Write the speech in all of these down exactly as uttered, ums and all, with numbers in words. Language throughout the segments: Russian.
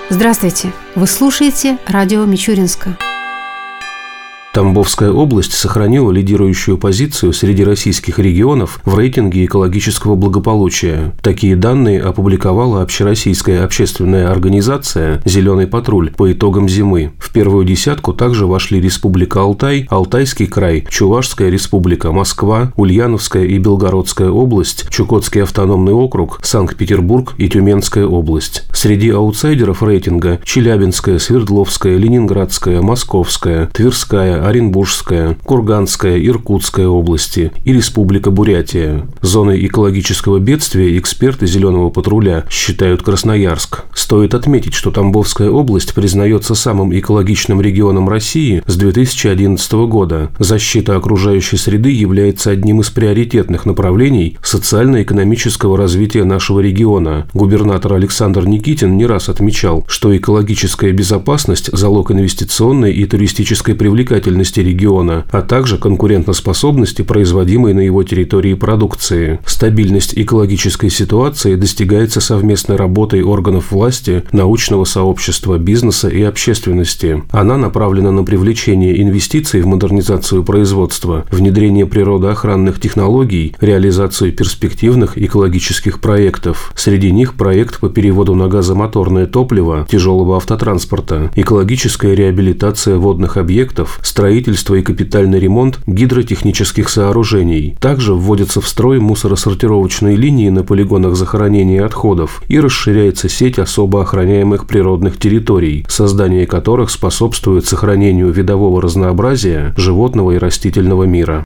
Здравствуйте! Вы слушаете радио Мичуринска. Тамбовская область сохранила лидирующую позицию среди российских регионов в рейтинге экологического благополучия. Такие данные опубликовала общероссийская общественная организация «Зеленый патруль» по итогам зимы. В первую десятку также вошли Республика Алтай, Алтайский край, Чувашская республика, Москва, Ульяновская и Белгородская область, Чукотский автономный округ, Санкт-Петербург и Тюменская область. Среди аутсайдеров рейтинга – Челябинская, Свердловская, Ленинградская, Московская, Тверская, Оренбургская, Курганская, Иркутская области и Республика Бурятия. Зоной экологического бедствия эксперты «Зеленого патруля» считают Красноярск. Стоит отметить, что Тамбовская область признается самым экологичным регионом России с две тысячи одиннадцатого года. Защита окружающей среды является одним из приоритетных направлений социально-экономического развития нашего региона. Губернатор Александр Никитин не раз отмечал, что экологическая безопасность – залог инвестиционной и туристической привлекательности региона, а также конкурентоспособности производимой на его территории продукции. Стабильность экологической ситуации достигается совместной работой органов власти, научного сообщества, бизнеса и общественности. Она направлена на привлечение инвестиций в модернизацию производства, внедрение природоохранных технологий, реализацию перспективных экологических проектов. Среди них проект по переводу на газомоторное топливо тяжелого автотранспорта, экологическая реабилитация водных объектов, строительство и капитальный ремонт гидротехнических сооружений. Также вводятся в строй мусоросортировочные линии на полигонах захоронения отходов и расширяется сеть особо охраняемых природных территорий, создание которых способствует сохранению видового разнообразия животного и растительного мира.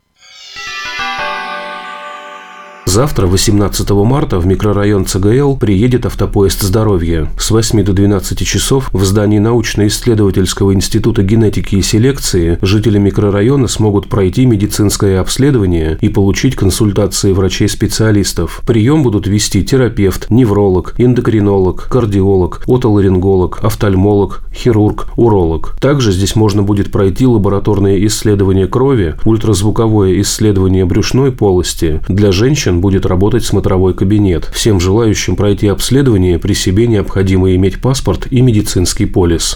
Завтра, восемнадцатого марта, в микрорайон ЦГЛ приедет автопоезд здоровья. С восьми до двенадцати часов в здании научно-исследовательского института генетики и селекции жители микрорайона смогут пройти медицинское обследование и получить консультации врачей-специалистов. Прием будут вести терапевт, невролог, эндокринолог, кардиолог, отоларинголог, офтальмолог, хирург, уролог. Также здесь можно будет пройти лабораторные исследования крови, ультразвуковое исследование брюшной полости. Для женщин будет работать смотровой кабинет. Всем желающим пройти обследование при себе необходимо иметь паспорт и медицинский полис.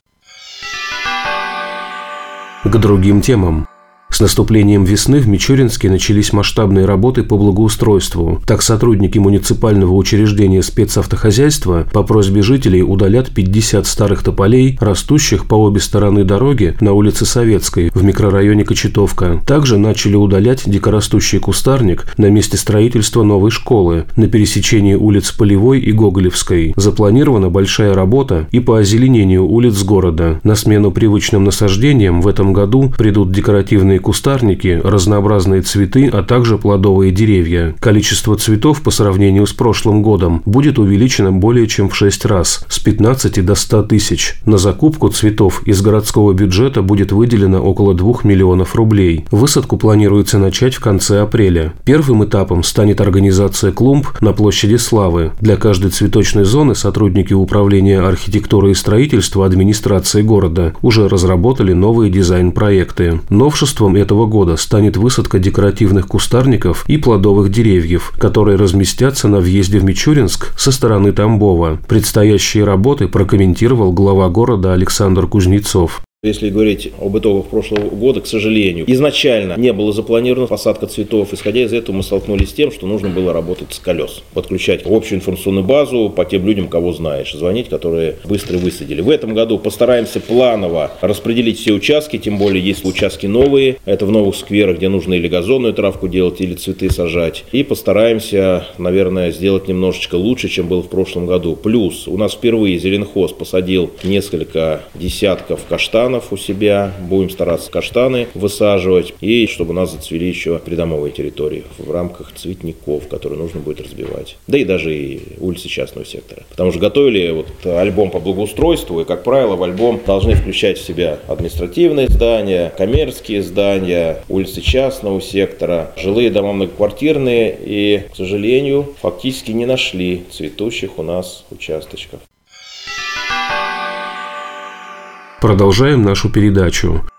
К другим темам. С наступлением весны в Мичуринске начались масштабные работы по благоустройству. Так, сотрудники муниципального учреждения спецавтохозяйства по просьбе жителей удалят пятьдесят старых тополей, растущих по обе стороны дороги на улице Советской в микрорайоне Кочетовка. Также начали удалять дикорастущий кустарник на месте строительства новой школы на пересечении улиц Полевой и Гоголевской. Запланирована большая работа и по озеленению улиц города. На смену привычным насаждениям в этом году придут декоративные кустарники, разнообразные цветы, а также плодовые деревья. Количество цветов по сравнению с прошлым годом будет увеличено более чем в шесть раз, с пятнадцати до ста тысяч. На закупку цветов из городского бюджета будет выделено около двух миллионов рублей. Высадку планируется начать в конце апреля. Первым этапом станет организация клумб на площади Славы. Для каждой цветочной зоны сотрудники управления архитектуры и строительства администрации города уже разработали новые дизайн-проекты. Новшеством этого года станет высадка декоративных кустарников и плодовых деревьев, которые разместятся на въезде в Мичуринск со стороны Тамбова. Предстоящие работы прокомментировал глава города Александр Кузнецов. Если говорить об итогах прошлого года, к сожалению, изначально не было запланирована посадка цветов. Исходя из этого мы столкнулись с тем, что нужно было работать с колес. Подключать общую информационную базу по тем людям, кого знаешь, звонить, которые быстро высадили. В этом году постараемся планово распределить все участки, тем более есть участки новые. Это в новых скверах, где нужно или газонную травку делать, или цветы сажать. И постараемся, наверное, сделать немножечко лучше, чем было в прошлом году. Плюс у нас впервые Зеленхоз посадил несколько десятков каштанов у себя, будем стараться каштаны высаживать, и чтобы у нас зацвели еще придомовые территории в рамках цветников, которые нужно будет разбивать. Да и даже и улицы частного сектора. Потому что готовили вот альбом по благоустройству, и, как правило, в альбом должны включать в себя административные здания, коммерческие здания, улицы частного сектора, жилые дома многоквартирные, и, к сожалению, фактически не нашли цветущих у нас участочков. Продолжаем нашу передачу.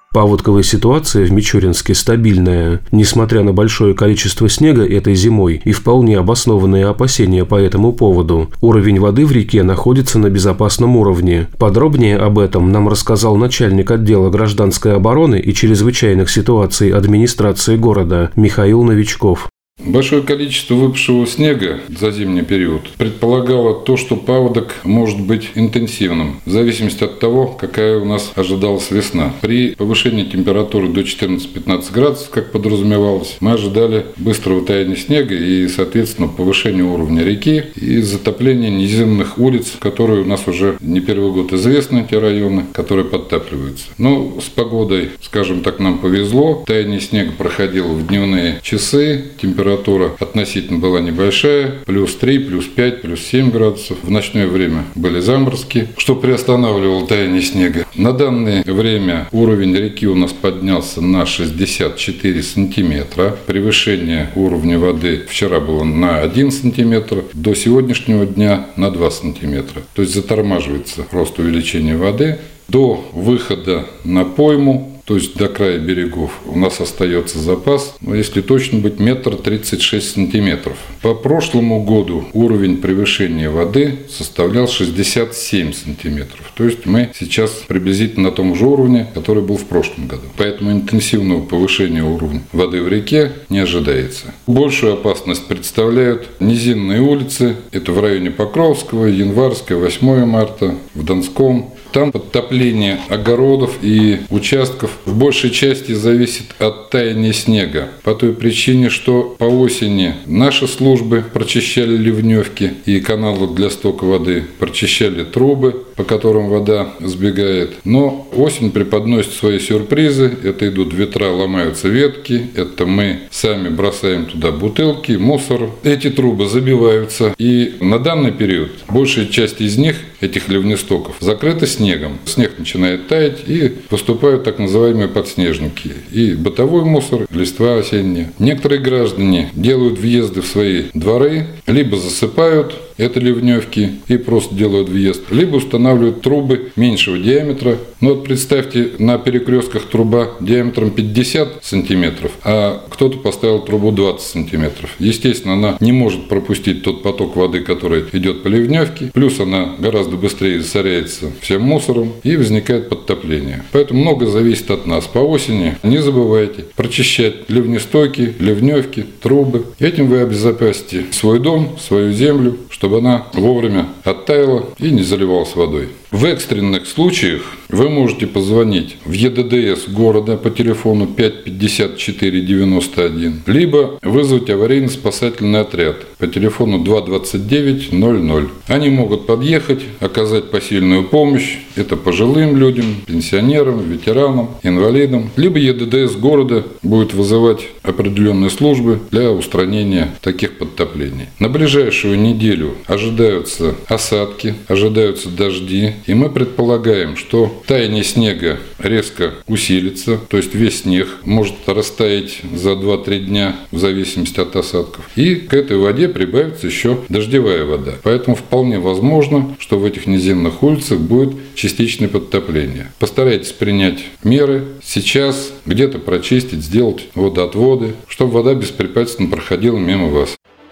Паводковая ситуация в Мичуринске стабильная. Несмотря на большое количество снега этой зимой и вполне обоснованные опасения по этому поводу, уровень воды в реке находится на безопасном уровне. Подробнее об этом нам рассказал начальник отдела гражданской обороны и чрезвычайных ситуаций администрации города Михаил Новичков. Большое количество выпавшего снега за зимний период предполагало то, что паводок может быть интенсивным, в зависимости от того, какая у нас ожидалась весна. При повышении температуры до четырнадцати-пятнадцати градусов, как подразумевалось, мы ожидали быстрого таяния снега и, соответственно, повышения уровня реки и затопления низинных улиц, которые у нас уже не первый год известны, те районы, которые подтапливаются. Но с погодой, скажем так, нам повезло. Таяние снега проходило в дневные часы, температура Температура относительно была небольшая, плюс три, плюс пять, плюс семь градусов. В ночное время были заморозки, что приостанавливало таяние снега. На данное время уровень реки у нас поднялся на шестьдесят четыре сантиметра. Превышение уровня воды вчера было на один сантиметр, до сегодняшнего дня на два сантиметра. То есть затормаживается рост увеличения воды. До выхода на пойму, то есть до края берегов, у нас остается запас, ну, если точно быть, метр тридцать шесть сантиметров. По прошлому году уровень превышения воды составлял шестьдесят семь сантиметров. То есть мы сейчас приблизительно на том же уровне, который был в прошлом году. Поэтому интенсивного повышения уровня воды в реке не ожидается. Большую опасность представляют низинные улицы. Это в районе Покровского, Январского, восьмого марта, в Донском. Там подтопление огородов и участков в большей части зависит от таяния снега. По той причине, что по осени наши службы прочищали ливневки и каналы для стока воды, прочищали трубы, по которым вода сбегает. Но осень преподносит свои сюрпризы. Это идут ветра, ломаются ветки. Это мы сами бросаем туда бутылки, мусор. Эти трубы забиваются. И на данный период большая часть из них, этих ливнестоков, закрыта снегом. Снег начинает таять, и поступают так называемые подснежники. И бытовой мусор, листва осенняя. Некоторые граждане делают въезды в свои дворы, либо засыпают это ливневки и просто делают въезд, либо устанавливают трубы меньшего диаметра. Ну вот представьте, на перекрестках труба диаметром пятьдесят сантиметров, а кто-то поставил трубу двадцать сантиметров. Естественно, она не может пропустить тот поток воды, который идет по ливневке, плюс она гораздо быстрее засоряется всем мусором и возникает подтопление. Поэтому много зависит от нас. По осени не забывайте прочищать ливнестоки, ливневки, трубы. Этим вы обезопасите свой дом, свою землю, чтобы она вовремя оттаяла и не заливалась водой. В экстренных случаях вы можете позвонить в Е Д Д С города по телефону пять пятьдесят четыре девяносто один, либо вызвать аварийно-спасательный отряд по телефону два двадцать девять ноль ноль. Они могут подъехать, оказать посильную помощь. Это пожилым людям, пенсионерам, ветеранам, инвалидам. Либо Е Д Д С города будет вызывать определенные службы для устранения таких подтоплений. На ближайшую неделю ожидаются осадки, ожидаются дожди. И мы предполагаем, что таяние снега резко усилится, то есть весь снег может растаять за два-три дня в зависимости от осадков. И к этой воде прибавится еще дождевая вода. Поэтому вполне возможно, что в этих низинных улицах будет частичное подтопление. Постарайтесь принять меры сейчас, где-то прочистить, сделать водоотводы, чтобы вода беспрепятственно проходила мимо вас.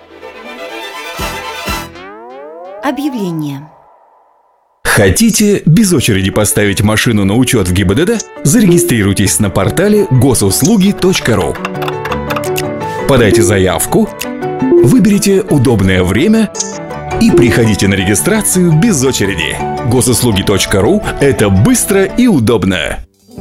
Объявление. Хотите без очереди поставить машину на учет в Г И Б Д Д? Зарегистрируйтесь на портале госуслуги точка ру. Подайте заявку, выберите удобное время и приходите на регистрацию без очереди. госуслуги точка ру – это быстро и удобно.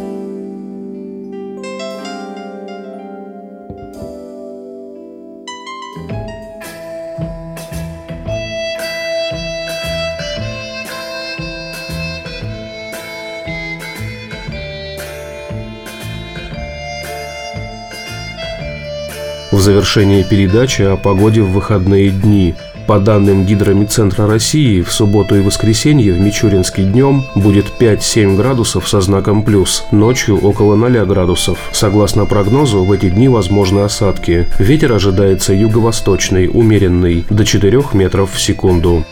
В завершении передачи о погоде в выходные дни. По данным Гидромедцентра России, в субботу и воскресенье в Мичуринске днем будет пять-семь градусов со знаком плюс, ночью около ноля градусов. Согласно прогнозу, в эти дни возможны осадки. Ветер ожидается юго-восточный, умеренный, до четырёх метров в секунду.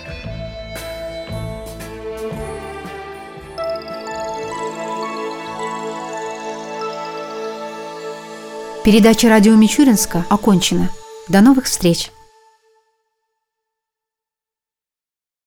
Передача «Радио Мичуринска» окончена. До новых встреч!